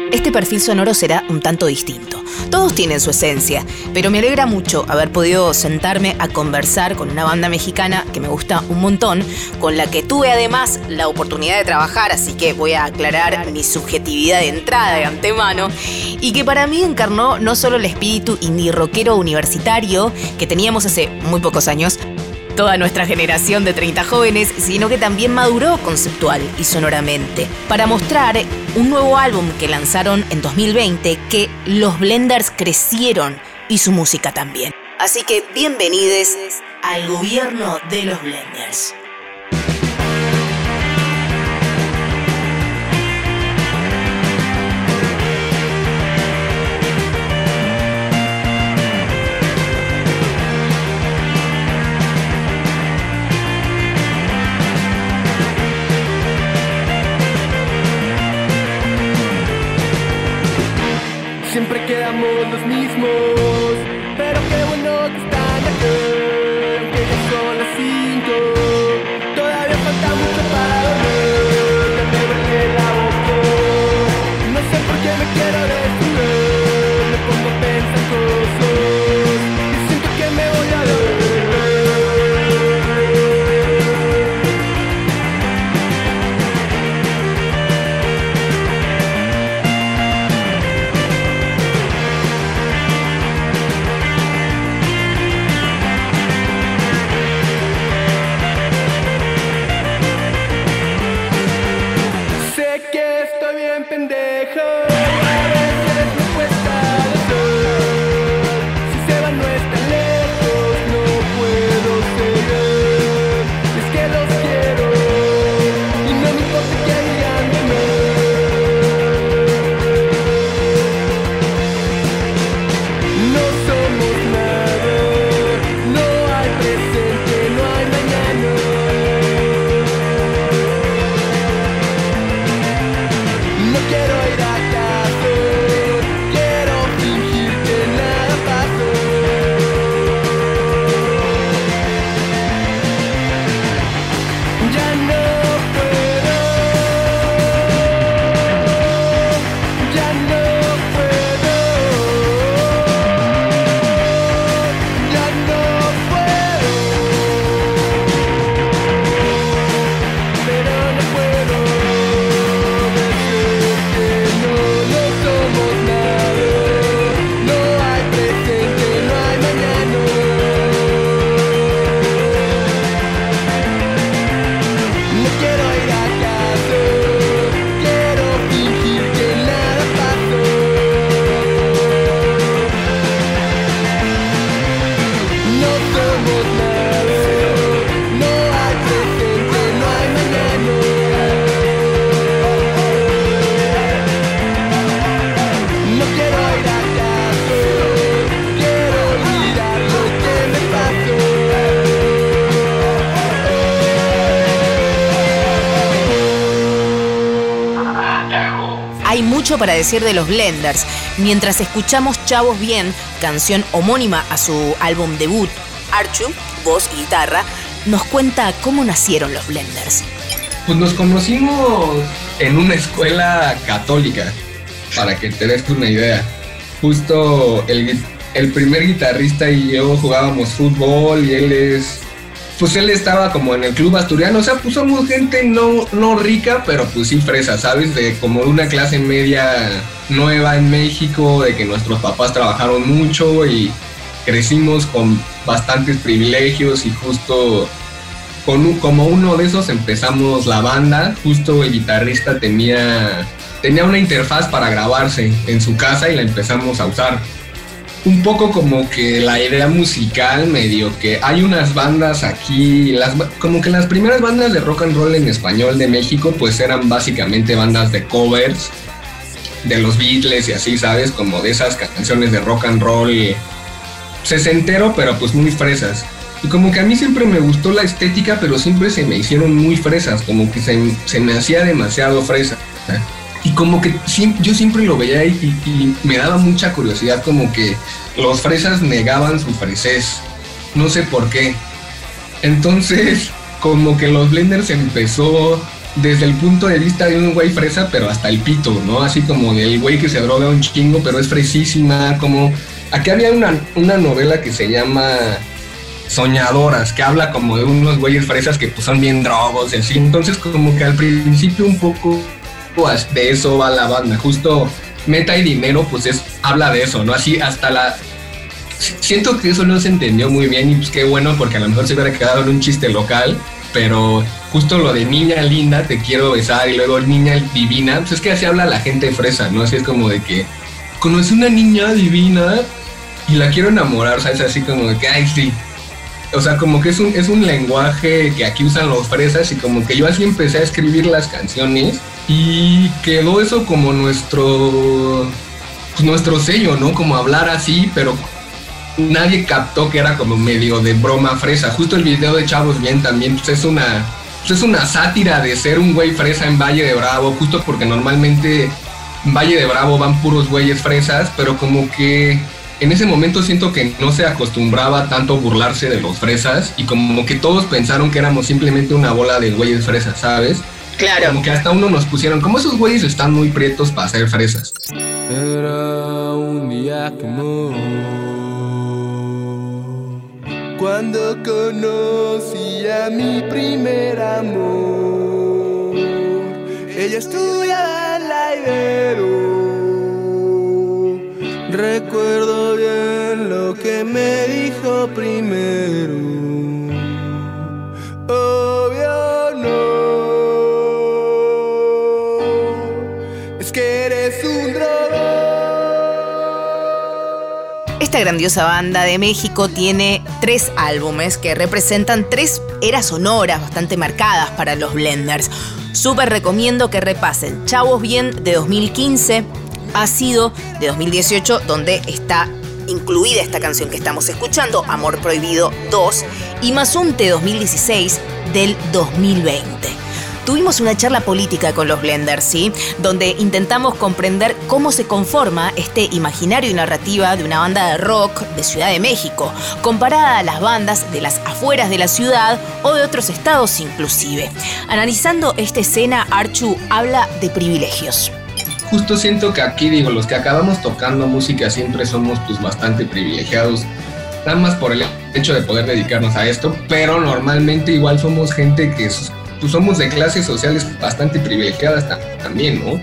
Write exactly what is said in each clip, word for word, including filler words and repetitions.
este perfil sonoro será un tanto distinto. Todos tienen su esencia, pero me alegra mucho haber podido sentarme a conversar con una banda mexicana que me gusta un montón, con la que tuve además la oportunidad de trabajar, así que voy a aclarar mi subjetividad de entrada de antemano, y que para mí encarnó no solo el espíritu indie rockero universitario que teníamos hace muy pocos años, toda nuestra generación de treinta jóvenes, sino que también maduró conceptual y sonoramente para mostrar un nuevo álbum que lanzaron en dos mil veinte, que los Blenders crecieron y su música también. Así que bienvenidos al gobierno de los Blenders. Siempre quedamos los mismos, pero qué bueno que están aquí, aunque ya son las cinco. Todavía falta mucho para dormir, que me duele la boca. No sé por qué me quiero destruir, me pongo a pensar cosas y siento que me voy a dormir. Hay mucho para decir de los Blenders. Mientras escuchamos Chavos Bien, canción homónima a su álbum debut, Archu, voz y guitarra, nos cuenta cómo nacieron los Blenders. Pues nos conocimos en una escuela católica, para que te des una idea. Justo el, el primer guitarrista y yo jugábamos fútbol y él es... Pues él estaba como en el club asturiano, o sea, pues somos gente no, no rica, pero pues sí fresa, ¿sabes? De como una clase media nueva en México, de que nuestros papás trabajaron mucho y crecimos con bastantes privilegios y justo con un, como uno de esos empezamos la banda. Justo el guitarrista tenía, tenía una interfaz para grabarse en su casa y la empezamos a usar. Un poco como que la idea musical medio que hay unas bandas aquí, las, como que las primeras bandas de rock and roll en español de México pues eran básicamente bandas de covers de los Beatles y así, ¿sabes? Como de esas canciones de rock and roll sesentero, pero pues muy fresas. Y como que a mí siempre me gustó la estética, pero siempre se me hicieron muy fresas, como que se, se me hacía demasiado fresa. Y como que yo siempre lo veía y, y, y me daba mucha curiosidad, como que los fresas negaban su fresez, no sé por qué. Entonces, como que los Blenders empezó desde el punto de vista de un güey fresa, pero hasta el pito, ¿no? Así como del güey que se droga un chingo, pero es fresísima, como... Aquí había una, una novela que se llama Soñadoras, que habla como de unos güeyes fresas que pues son bien drogos y así, entonces como que al principio un poco pues, de eso va la banda, justo Meta y Dinero pues es, habla de eso, ¿no? Así hasta la... Siento que eso no se entendió muy bien y pues qué bueno, porque a lo mejor se hubiera quedado en un chiste local, pero justo lo de niña linda, te quiero besar, y luego niña divina, pues es que así habla la gente fresa, ¿no? Así es como de que conocí una niña divina y la quiero enamorar, o sea, es así como de que, ay, sí. O sea, como que es un, es un lenguaje que aquí usan los fresas y como que yo así empecé a escribir las canciones y quedó eso como nuestro, pues nuestro sello, ¿no? Como hablar así, pero nadie captó que era como medio de broma fresa. Justo el video de Chavos Bien también pues es una, pues es una sátira de ser un güey fresa en Valle de Bravo, justo porque normalmente en Valle de Bravo van puros güeyes fresas, pero como que en ese momento siento que no se acostumbraba tanto a burlarse de los fresas y como que todos pensaron que éramos simplemente una bola de güeyes fresas, ¿sabes? Claro. Como que hasta uno nos pusieron, como esos güeyes están muy prietos para ser fresas. Era un día como cuando conocí a mi primer amor. Ella estudiaba en la Ibero. Recuerdo bien lo que me dijo primero. Obvio no, es que eres un drogón. Esta grandiosa banda de México tiene tres álbumes que representan tres eras sonoras bastante marcadas para los blenders. Súper recomiendo que repasen Chavos Bien de dos mil quince, Ácido de dos mil dieciocho, donde está incluida esta canción que estamos escuchando, Amor Prohibido dos, y Mazunte dos mil dieciséis del dos mil veinte. Tuvimos una charla política con los blenders, ¿sí? Donde intentamos comprender cómo se conforma este imaginario y narrativa de una banda de rock de Ciudad de México, comparada a las bandas de las afueras de la ciudad o de otros estados inclusive. Analizando esta escena, Archu habla de privilegios. Justo siento que aquí, digo, los que acabamos tocando música siempre somos pues bastante privilegiados, nada más por el hecho de poder dedicarnos a esto, pero normalmente igual somos gente que pues, somos de clases sociales bastante privilegiadas también, ¿no?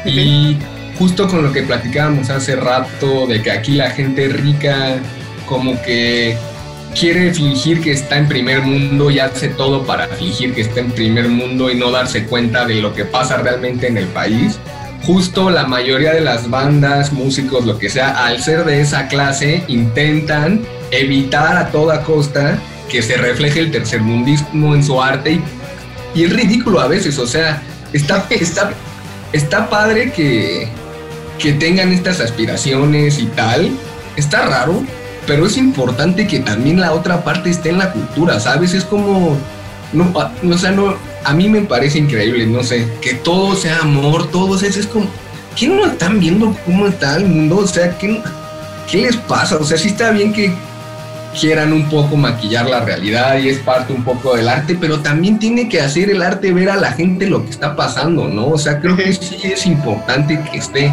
Y justo con lo que platicábamos hace rato, de que aquí la gente rica como que quiere fingir que está en primer mundo y hace todo para fingir que está en primer mundo y no darse cuenta de lo que pasa realmente en el país. Justo la mayoría de las bandas, músicos, lo que sea, al ser de esa clase, intentan evitar a toda costa que se refleje el tercermundismo en su arte y, y es ridículo a veces, o sea, está, está, está padre que, que tengan estas aspiraciones y tal, está raro, pero es importante que también la otra parte esté en la cultura, ¿sabes? Es como, no, no, o sea, no... A mí me parece increíble, no sé, que todo sea amor, todo eso, es como, ¿qué no están viendo cómo está el mundo? O sea, ¿qué, ¿qué les pasa? O sea, sí está bien que quieran un poco maquillar la realidad y es parte un poco del arte, pero también tiene que hacer el arte ver a la gente lo que está pasando, ¿no? O sea, creo que sí es importante que esté.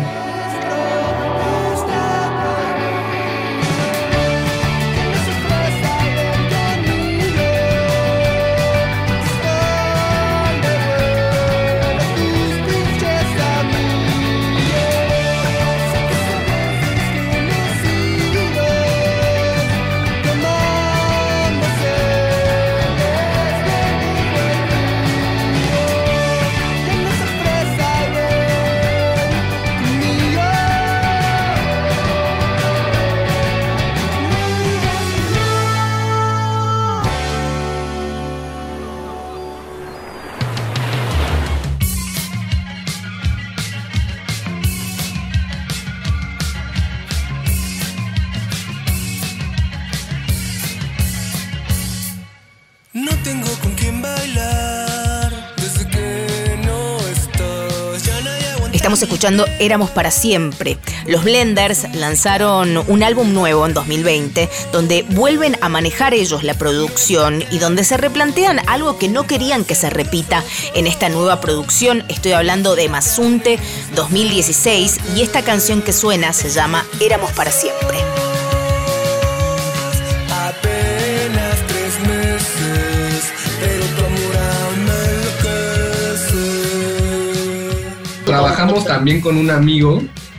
Me Estamos escuchando Éramos para Siempre. Los Blenders lanzaron un álbum nuevo en dos mil veinte donde vuelven a manejar ellos la producción y donde se replantean algo que no querían que se repita en esta nueva producción. Estoy hablando de Mazunte dos mil dieciséis y esta canción que suena se llama Éramos para Siempre. Apenas tres meses, pero tu amor aún me enloquece. Trabajamos también con un amigo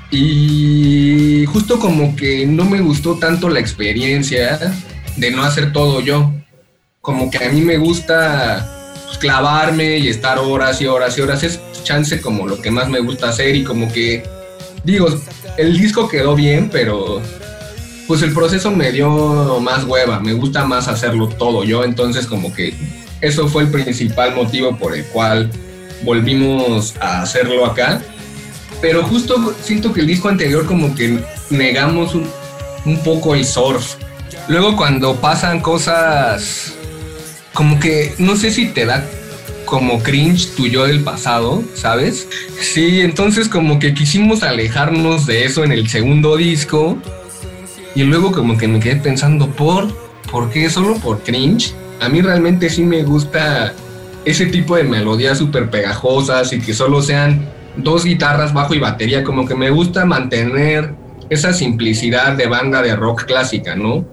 y justo como que no me gustó tanto la experiencia de no hacer todo yo. Como que a mí me gusta pues, clavarme y estar horas y horas y horas. Es chance como lo que más me gusta hacer y como que, digo, el disco quedó bien, pero pues el proceso me dio más hueva. Me gusta más hacerlo todo yo, entonces como que eso fue el principal motivo por el cual volvimos a hacerlo acá. Pero justo siento que el disco anterior como que negamos un, un poco el surf. Luego cuando pasan cosas como que no sé si te da como cringe tu yo del pasado, ¿sabes? Sí, entonces como que quisimos alejarnos de eso en el segundo disco y luego como que me quedé pensando, ¿por? ¿Por qué? ¿Solo por cringe? A mí realmente sí me gusta ese tipo de melodías súper pegajosas y que solo sean dos guitarras, bajo y batería. Como que me gusta mantener esa simplicidad de banda de rock clásica, ¿no?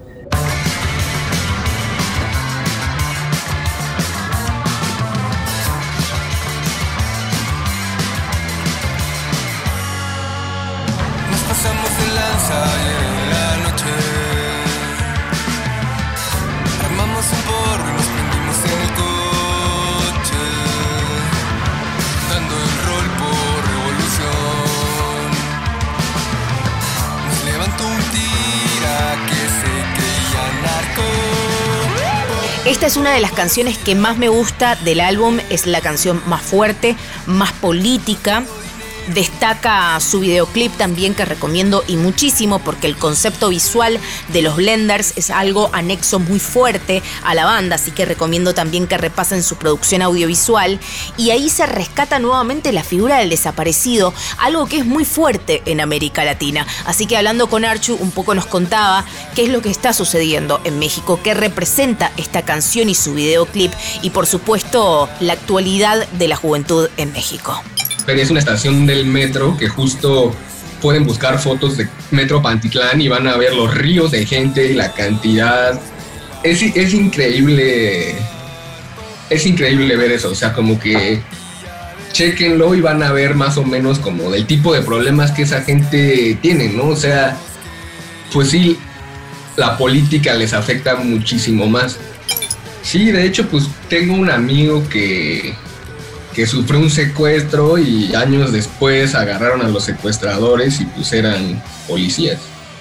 Nos pasamos de lanza y en la noche armamos un porro y nos prendimos en el coche, dando el rol por revolución. Nos levantó un tira que se creía narco. Esta es una de las canciones que más me gusta del álbum, es la canción más fuerte, más política. Destaca su videoclip también, que recomiendo y muchísimo, porque el concepto visual de los Blenders es algo anexo muy fuerte a la banda, así que recomiendo también que repasen su producción audiovisual. Y ahí se rescata nuevamente la figura del desaparecido, algo que es muy fuerte en América Latina. Así que hablando con Archu un poco nos contaba qué es lo que está sucediendo en México, qué representa esta canción y su videoclip, y por supuesto la actualidad de la juventud en México. Pero es una estación del metro que justo pueden buscar fotos de Metro Pantitlán y van a ver los ríos de gente y la cantidad. Es, es increíble, es increíble ver eso, o sea, como que chéquenlo y van a ver más o menos como del tipo de problemas que esa gente tiene, ¿no? O sea, pues sí, la política les afecta muchísimo más. Sí, de hecho, pues tengo un amigo que... que sufrió un secuestro y años después agarraron a los secuestradores y pues eran policías.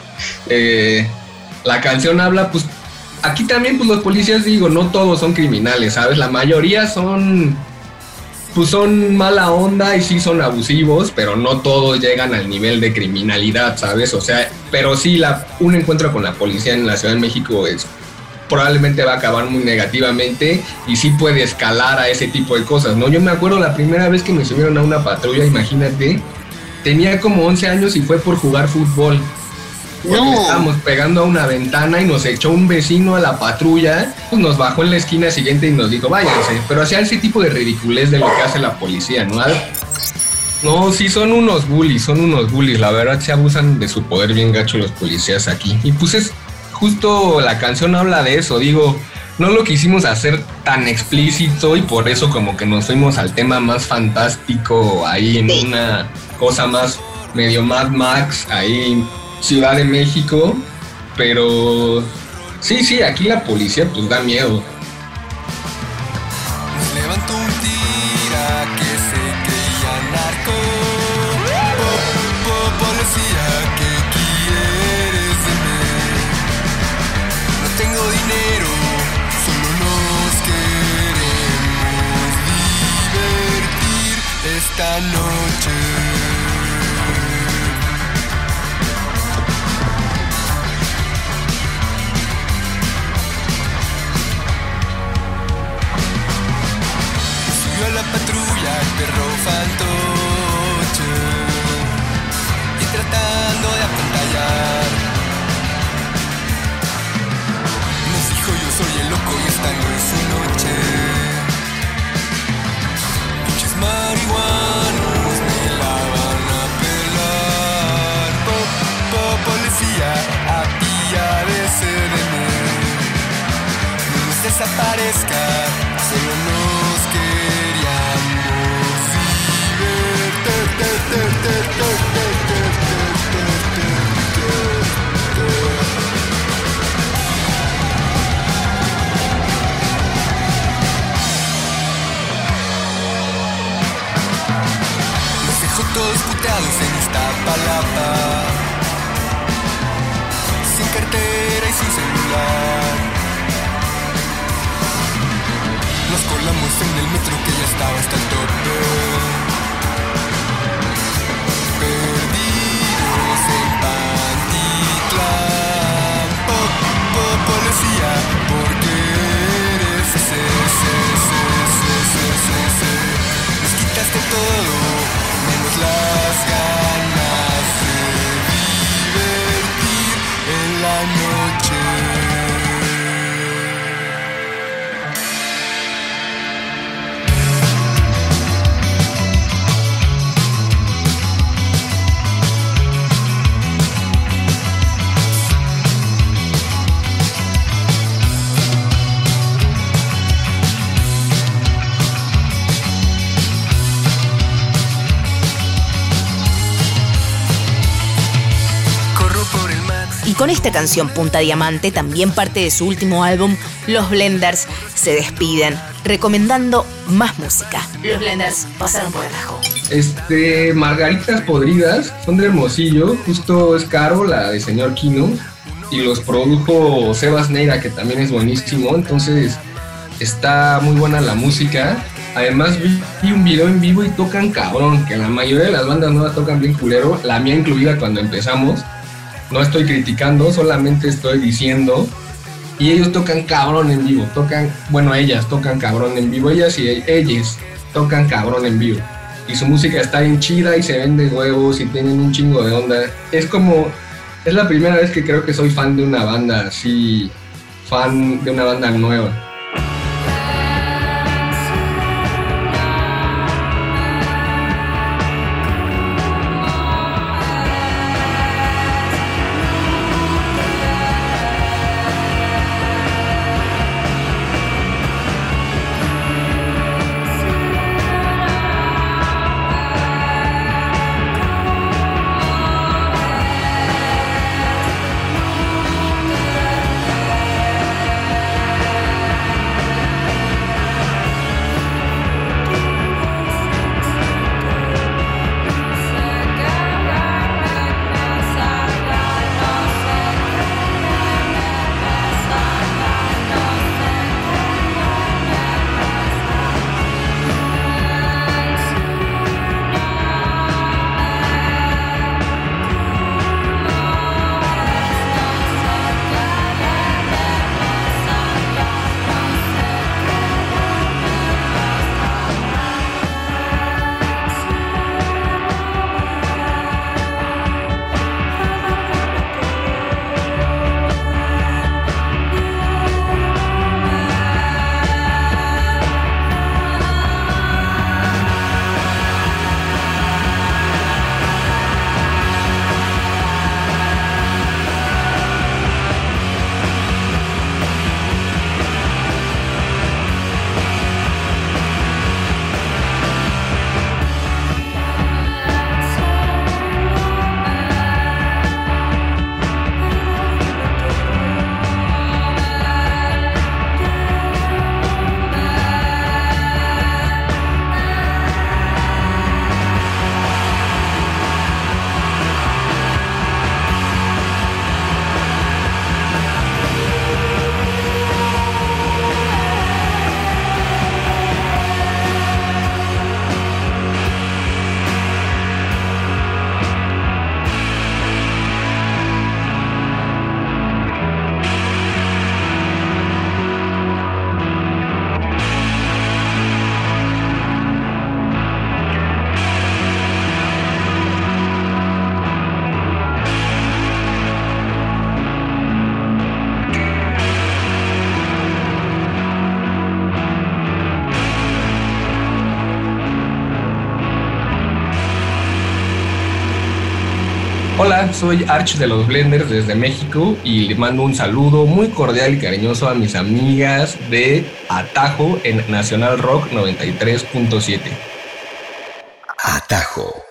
Eh, la canción habla, pues aquí también pues los policías, digo, no todos son criminales, ¿sabes? La mayoría son, pues son mala onda y sí son abusivos, pero no todos llegan al nivel de criminalidad, ¿sabes? O sea, pero sí la, un encuentro con la policía en la Ciudad de México es... probablemente va a acabar muy negativamente y sí puede escalar a ese tipo de cosas, ¿no? Yo me acuerdo la primera vez que me subieron a una patrulla, imagínate, tenía como once años y fue por jugar fútbol. No. Estábamos pegando a una ventana y nos echó un vecino a la patrulla, pues nos bajó en la esquina siguiente y nos dijo, váyanse, pero hacía ese tipo de ridiculez de lo que hace la policía, ¿no? No, sí son unos bullies, son unos bullies, la verdad se abusan de su poder bien gacho los policías aquí. Y pues es... justo la canción habla de eso, digo, no lo quisimos hacer tan explícito y por eso como que nos fuimos al tema más fantástico ahí en una cosa más medio Mad Max, ahí en Ciudad de México, pero sí, sí, aquí la policía pues da miedo. Nos levantó un tira que se creía narco. Po, po, policía, ¿qué quieres de mí? No tengo dinero, solo nos queremos divertir esta noche. Subió a la patrulla el perro fantoche. desaparezca, solo nos queríamos Los dejo todos puteados en Iztapalapa, sin cartera y sin celular. Nos colamos en el metro que ya estaba hasta el tope, perdidos en Pantitlán. Po, po, policía, porque eres ese, ese, ese, ese, ese, ese, ese. Nos quitaste todo, menos las ganas de divertir en la noche. Y con esta canción Punta Diamante, también parte de su último álbum, Los Blenders se despiden, recomendando más música. Los Blenders pasaron por el ajo. Este, Margaritas Podridas, son de Hermosillo, justo es Caro, la de Señor Kino, y los produjo Sebas Neira, que también es buenísimo, entonces está muy buena la música. Además vi, vi un video en vivo y tocan cabrón, que la mayoría de las bandas nuevas tocan bien culero, la mía incluida cuando empezamos. No estoy criticando, solamente estoy diciendo. Y ellos tocan cabrón en vivo, tocan, bueno, ellas tocan cabrón en vivo, ellas y ellas tocan cabrón en vivo. Y su música está bien chida y se ven de huevos y tienen un chingo de onda. Es como, es la primera vez que creo que soy fan de una banda así, fan de una banda nueva. Hola, soy Arch de los Blenders desde México y le mando un saludo muy cordial y cariñoso a mis amigas de Atajo en Nacional Rock noventa y tres punto siete. Atajo.